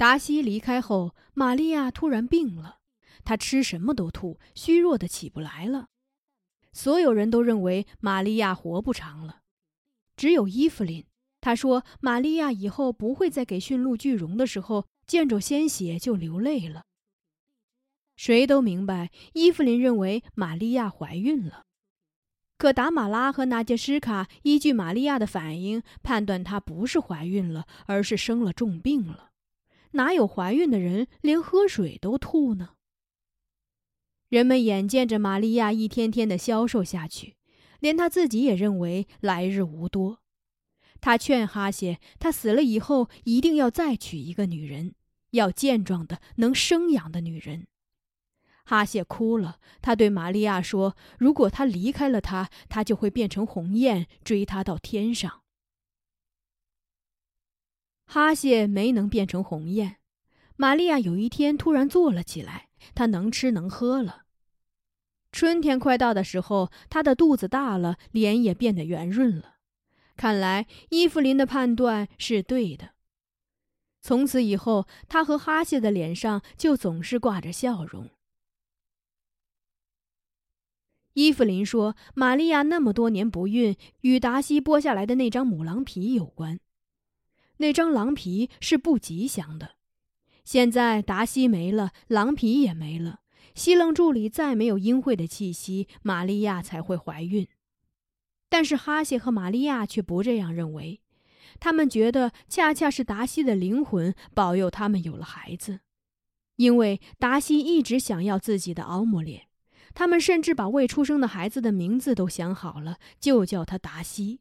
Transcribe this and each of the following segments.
达西离开后，玛利亚突然病了，她吃什么都吐，虚弱的起不来了。所有人都认为玛利亚活不长了，只有伊芙琳，她说玛利亚以后不会再给驯鹿聚绒的时候见着鲜血就流泪了。谁都明白，伊芙琳认为玛利亚怀孕了。可达玛拉和纳杰什卡依据玛利亚的反应，判断她不是怀孕了，而是生了重病了。哪有怀孕的人连喝水都吐呢？人们眼见着玛利亚一天天的消瘦下去，连她自己也认为来日无多。他劝哈谢，他死了以后一定要再娶一个女人，要健壮的能生养的女人。哈谢哭了，他对玛利亚说，如果他离开了她，他就会变成鸿雁，追她到天上。哈谢没能变成鸿雁。玛利亚有一天突然坐了起来，她能吃能喝了。春天快到的时候，她的肚子大了，脸也变得圆润了。看来伊芙琳的判断是对的。从此以后，她和哈谢的脸上就总是挂着笑容。伊芙琳说，玛利亚那么多年不孕，与达西剥下来的那张母狼皮有关。那张狼皮是不吉祥的。现在达西没了，狼皮也没了，西楞柱里再没有阴晦的气息，玛利亚才会怀孕。但是哈谢和玛利亚却不这样认为，他们觉得恰恰是达西的灵魂保佑他们有了孩子，因为达西一直想要自己的奥姆列，他们甚至把未出生的孩子的名字都想好了，就叫他达西。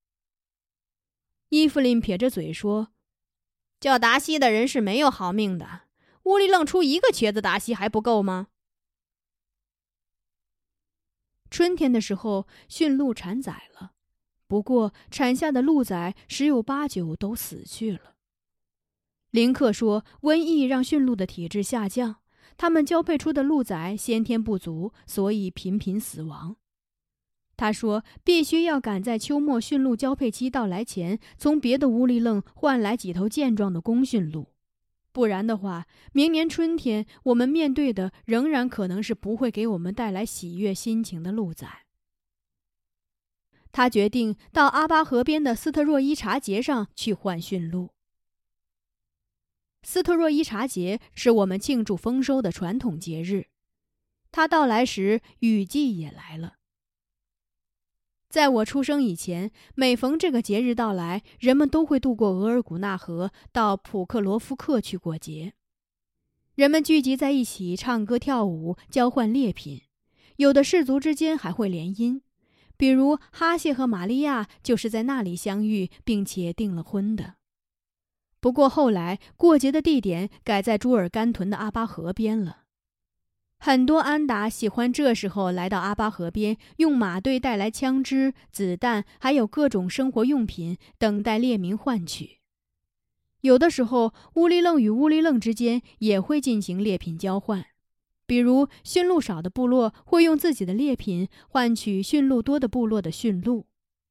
伊芙琳撇着嘴说，叫达西的人是没有好命的，屋里愣出一个瘸子达西还不够吗？春天的时候，驯鹿产崽了，不过产下的鹿崽十有八九都死去了。林克说，瘟疫让驯鹿的体质下降，它们交配出的鹿崽先天不足，所以频频死亡。他说，必须要赶在秋末驯鹿交配期到来前，从别的乌里楞换来几头健壮的公驯鹿，不然的话，明年春天我们面对的仍然可能是不会给我们带来喜悦心情的鹿崽。他决定到阿巴河边的斯特若伊察节上去换驯鹿。斯特若伊察节是我们庆祝丰收的传统节日，它到来时，雨季也来了。在我出生以前，每逢这个节日到来，人们都会渡过额尔古纳河到普克罗夫克去过节。人们聚集在一起唱歌跳舞，交换猎品，有的氏族之间还会联姻，比如哈谢和玛利亚就是在那里相遇并且订了婚的。不过后来过节的地点改在朱尔干屯的阿巴河边了。很多安达喜欢这时候来到阿巴河边，用马队带来枪支、子弹，还有各种生活用品，等待猎民换取。有的时候，乌里楞与乌里楞之间也会进行猎品交换，比如驯鹿少的部落会用自己的猎品换取驯鹿多的部落的驯鹿。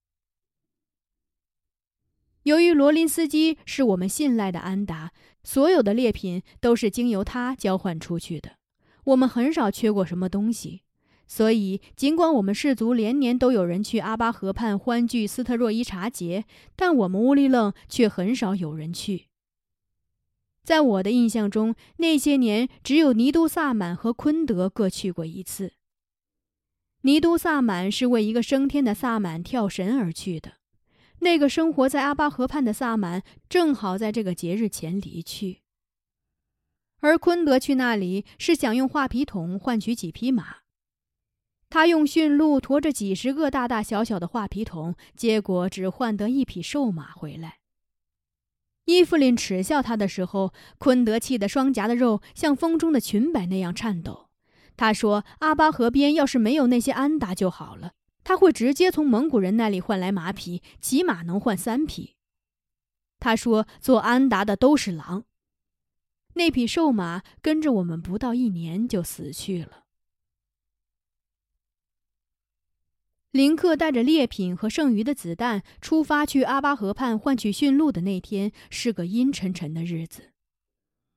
由于罗林斯基是我们信赖的安达，所有的猎品都是经由他交换出去的。我们很少缺过什么东西，所以尽管我们氏族连年都有人去阿巴河畔欢聚斯特若伊察节，但我们乌里楞却很少有人去。在我的印象中，那些年只有尼都萨满和昆德各去过一次。尼都萨满是为一个升天的萨满跳神而去的，那个生活在阿巴河畔的萨满正好在这个节日前离去。而昆德去那里是想用画皮桶换取几匹马，他用驯鹿驮着几十个大大小小的画皮桶，结果只换得一匹瘦马回来。伊芙琳耻笑他的时候，昆德气得双颊的肉像风中的裙摆那样颤抖。他说，阿巴河边要是没有那些安达就好了，他会直接从蒙古人那里换来马匹，起码能换3匹。他说，做安达的都是狼。那匹瘦马跟着我们不到1年就死去了。林克带着猎品和剩余的子弹出发去阿巴河畔换取驯鹿的那天是个阴沉沉的日子。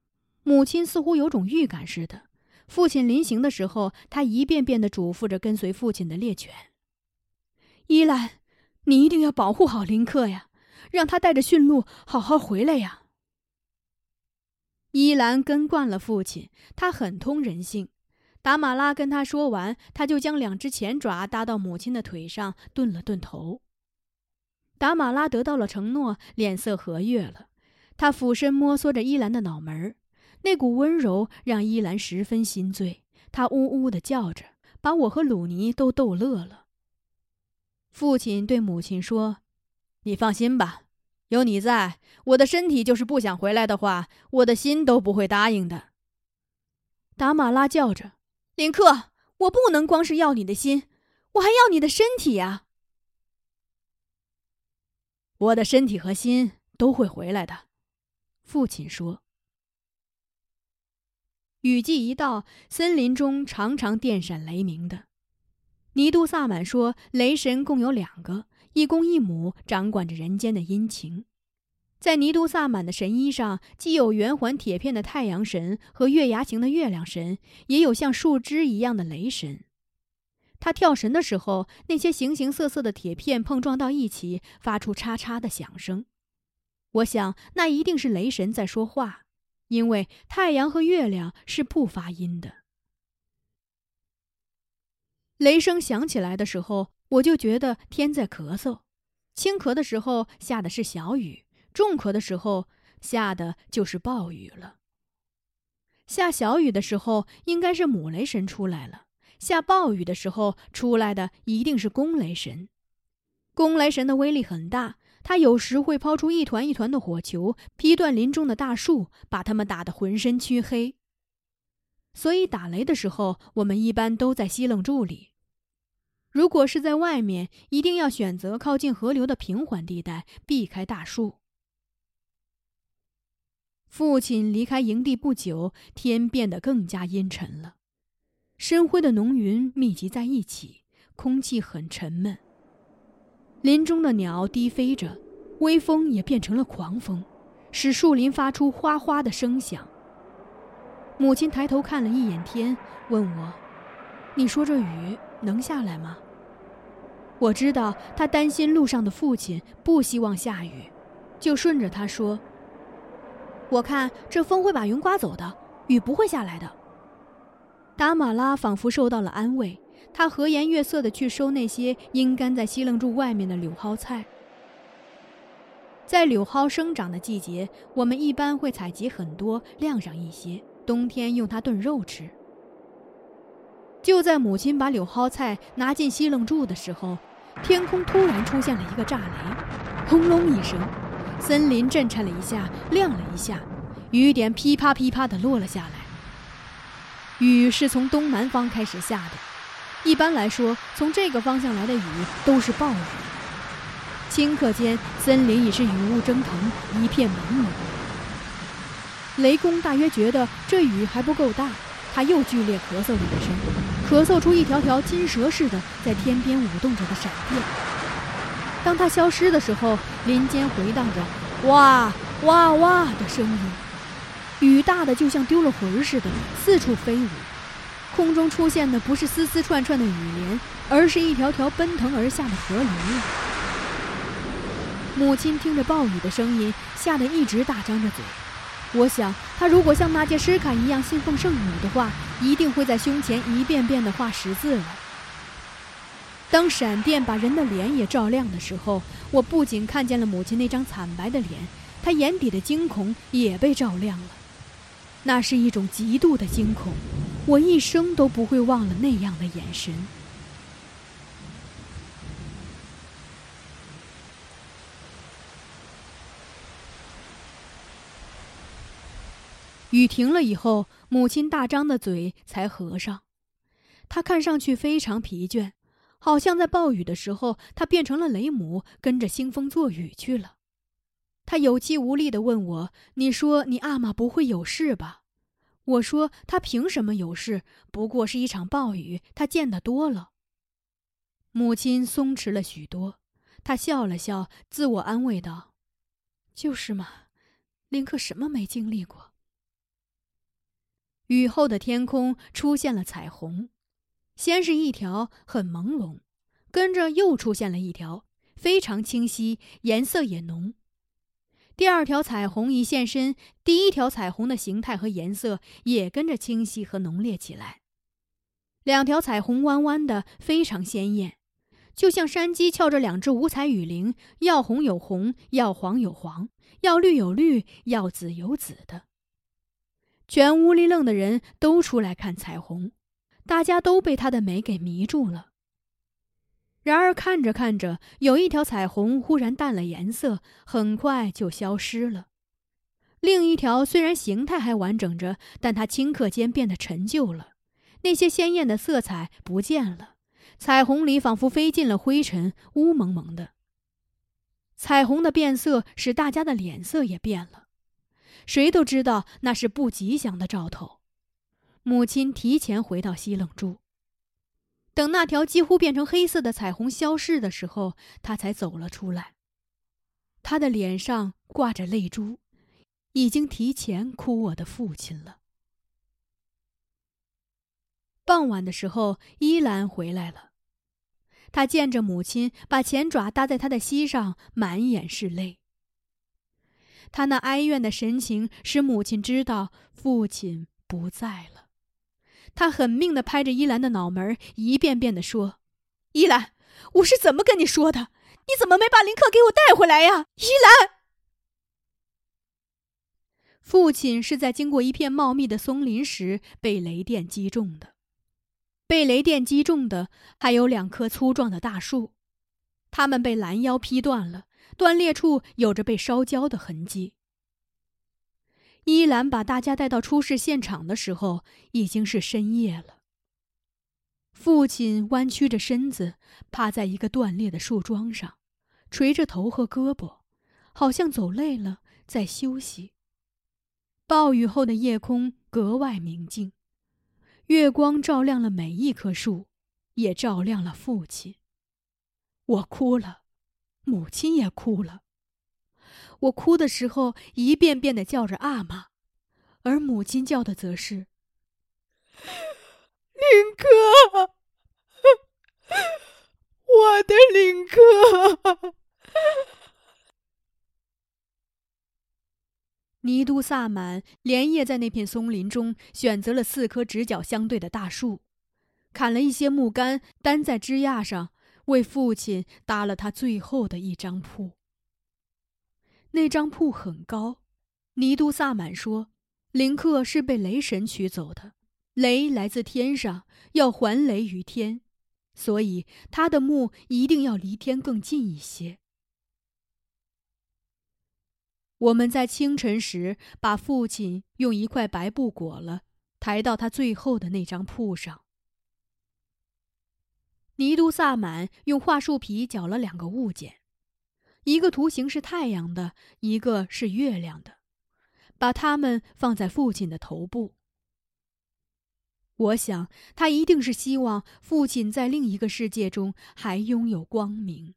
母亲似乎有种预感似的，父亲临行的时候，他一遍遍地嘱咐着跟随父亲的猎犬：伊兰，你一定要保护好林克呀，让他带着驯鹿好好回来呀。伊兰跟惯了父亲，他很通人性。达马拉跟他说完，他就将2只前爪搭到母亲的腿上，顿了顿头。达马拉得到了承诺，脸色和悦了。他俯身摸索着伊兰的脑门，那股温柔让伊兰十分心醉。他呜呜地叫着，把我和鲁尼都逗乐了。父亲对母亲说：“你放心吧，有你在，我的身体就是不想回来的话，我的心都不会答应的。”达马拉叫着：“林克，我不能光是要你的心，我还要你的身体呀！”我的身体和心都会回来的，父亲说。雨季一到，森林中常常电闪雷鸣的。尼都萨满说，雷神共有2个，一公一母，掌管着人间的阴晴。在尼都萨满的神衣上，既有圆环铁片的太阳神和月牙形的月亮神，也有像树枝一样的雷神。他跳神的时候，那些形形色色的铁片碰撞到一起，发出嚓嚓的响声。我想，那一定是雷神在说话，因为太阳和月亮是不发音的。雷声响起来的时候，我就觉得天在咳嗽。轻咳的时候下的是小雨，重咳的时候下的就是暴雨了。下小雨的时候，应该是母雷神出来了。下暴雨的时候，出来的一定是公雷神。公雷神的威力很大，他有时会抛出一团一团的火球，劈断林中的大树，把他们打得浑身黢黑。所以打雷的时候，我们一般都在西楞柱里。如果是在外面，一定要选择靠近河流的平缓地带，避开大树。父亲离开营地不久，天变得更加阴沉了。深灰的浓云密集在一起，空气很沉闷。林中的鸟低飞着，微风也变成了狂风，使树林发出哗哗的声响。母亲抬头看了一眼天，问我：“你说这雨能下来吗？”我知道他担心路上的父亲，不希望下雨，就顺着他说：“我看这风会把云刮走的，雨不会下来的。”达马拉仿佛受到了安慰，他和颜悦色地去收那些阴干在西楞柱外面的柳蒿菜。在柳蒿生长的季节，我们一般会采集很多，晾上一些，冬天用它炖肉吃。就在母亲把柳蒿菜拿进西楞柱的时候，天空突然出现了一个炸雷，轰隆一声，森林震颤了一下，亮了一下，雨点噼啪噼啪地落了下来。雨是从东南方开始下的，一般来说，从这个方向来的雨都是暴雨。顷刻间，森林已是雨雾蒸腾，一片朦胧。雷公大约觉得这雨还不够大，他又剧烈咳嗽了一声，咳嗽出一条条金蛇似的在天边舞动着的闪电。当他消失的时候，林间回荡着哇哇哇的声音，雨大的就像丢了魂似的，四处飞舞。空中出现的不是丝丝串串的雨帘，而是一条条奔腾而下的河流了。母亲听着暴雨的声音，吓得一直大张着嘴。我想，她如果像娜杰什卡一样信奉圣母的话，一定会在胸前一遍遍地画十字了。当闪电把人的脸也照亮的时候，我不仅看见了母亲那张惨白的脸，她眼底的惊恐也被照亮了。那是一种极度的惊恐，我一生都不会忘了那样的眼神。雨停了以后，母亲大张的嘴才合上。她看上去非常疲倦，好像在暴雨的时候，她变成了雷姆，跟着兴风作雨去了。她有气无力地问我：“你说你阿玛不会有事吧？”我说：“她凭什么有事？不过是一场暴雨，她见得多了。”母亲松弛了许多，她笑了笑，自我安慰道：“就是嘛，林克什么没经历过。” 雨后的天空出现了彩虹，先是一条很朦胧，跟着又出现了一条，非常清晰，颜色也浓。第二条彩虹一现身，第一条彩虹的形态和颜色也跟着清晰和浓烈起来。两条彩虹弯弯的，非常鲜艳，就像山鸡翘着两只五彩羽翎，要红有红，要黄有黄，要绿有绿，要紫有紫的。全屋里愣的人都出来看彩虹，大家都被它的美给迷住了。然而看着看着，有一条彩虹忽然淡了颜色，很快就消失了。另一条虽然形态还完整着，但它顷刻间变得陈旧了，那些鲜艳的色彩不见了，彩虹里仿佛飞进了灰尘，乌蒙蒙的。彩虹的变色使大家的脸色也变了，谁都知道那是不吉祥的兆头。母亲提前回到西冷住，等那条几乎变成黑色的彩虹消逝的时候，她才走了出来。她的脸上挂着泪珠，已经提前哭我的父亲了。傍晚的时候，依兰回来了。他见着母亲，把前爪搭在她的膝上，满眼是泪。他那哀怨的神情使母亲知道父亲不在了。他狠命地拍着依兰的脑门，一遍遍地说：“依兰，我是怎么跟你说的？你怎么没把林克给我带回来呀？依兰！”父亲是在经过一片茂密的松林时被雷电击中的。被雷电击中的还有2棵粗壮的大树，它们被拦腰劈断了，断裂处有着被烧焦的痕迹。依兰把大家带到出事现场的时候，已经是深夜了。父亲弯曲着身子，趴在一个断裂的树桩上，垂着头和胳膊，好像走累了在休息。暴雨后的夜空格外明净，月光照亮了每一棵树，也照亮了父亲。我哭了，母亲也哭了。我哭的时候一遍遍地叫着阿玛，而母亲叫的则是林克，我的林克。尼都萨满连夜在那片松林中选择了4棵直角相对的大树，砍了一些木杆，担在枝桠上，为父亲搭了他最后的一张铺。那张铺很高，尼都萨满说，林克是被雷神取走的，雷来自天上，要还雷于天，所以他的墓一定要离天更近一些。我们在清晨时把父亲用一块白布裹了，抬到他最后的那张铺上。尼都萨满用桦树皮绞了2个物件，一个图形是太阳的，一个是月亮的，把它们放在父亲的头部。我想他一定是希望父亲在另一个世界中还拥有光明。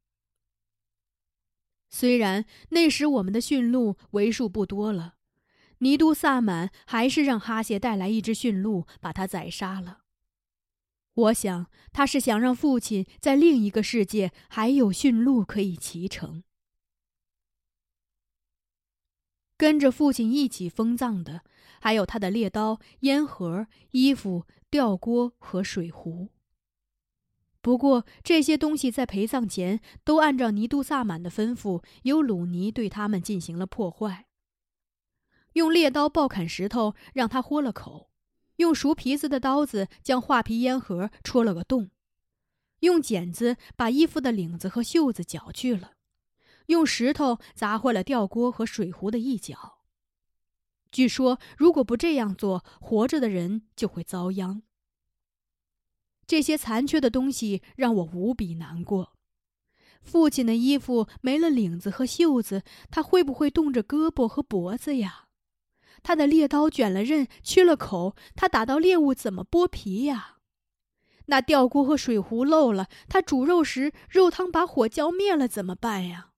虽然那时我们的驯鹿为数不多了，尼都萨满还是让哈谢带来一只驯鹿，把它宰杀了。我想他是想让父亲在另一个世界还有驯鹿可以骑乘。跟着父亲一起封葬的还有他的猎刀、烟盒、衣服、吊锅和水壶。不过这些东西在陪葬前都按照尼都萨满的吩咐，由鲁尼对他们进行了破坏。用猎刀暴砍石头，让他豁了口；用熟皮子的刀子将画皮烟盒戳了个洞；用剪子把衣服的领子和袖子绞去了；用石头砸坏了吊锅和水壶的一角。据说如果不这样做，活着的人就会遭殃。这些残缺的东西让我无比难过。父亲的衣服没了领子和袖子，他会不会冻着胳膊和脖子呀？他的猎刀卷了刃，缺了口，他打到猎物怎么剥皮呀？那吊锅和水壶漏了，他煮肉时肉汤把火浇灭了怎么办呀？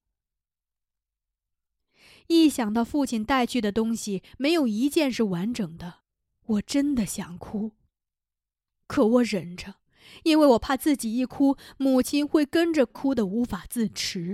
一想到父亲带去的东西没有一件是完整的， 我真的想哭，可我忍着，因为我怕自己一哭，母亲会跟着哭得无法自持。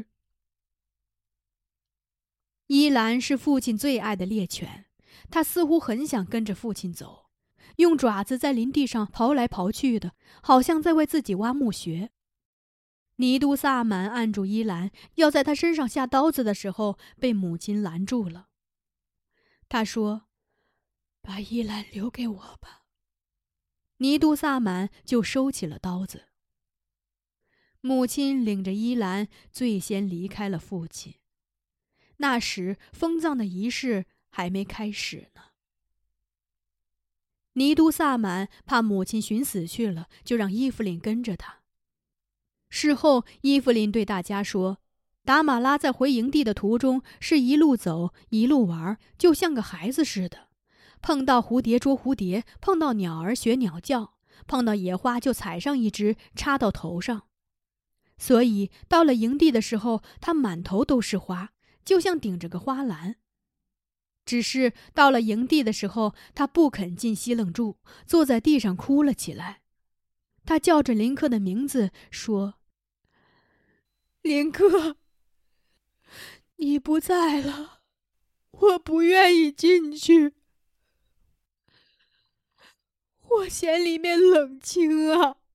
伊兰是父亲最爱的猎犬，他似乎很想跟着父亲走，用爪子在林地上刨来刨去的，好像在为自己挖墓穴。尼都萨满按住伊兰，要在他身上下刀子的时候，被母亲拦住了。他说：“把伊兰留给我吧。”尼都萨满就收起了刀子。母亲领着伊兰最先离开了父亲。那时封葬的仪式还没开始呢。尼都萨满怕母亲寻死去了，就让伊芙琳跟着他。事后，伊芙琳对大家说，达马拉在回营地的途中是一路走一路玩，就像个孩子似的，碰到蝴蝶捉蝴蝶，碰到鸟儿学鸟叫，碰到野花就采上一只插到头上。所以到了营地的时候，他满头都是花，就像顶着个花篮。只是到了营地的时候，他不肯进西楞柱，坐在地上哭了起来。他叫着林克的名字说：“林克，你不在了，我不愿意进去。我嫌里面冷清啊。”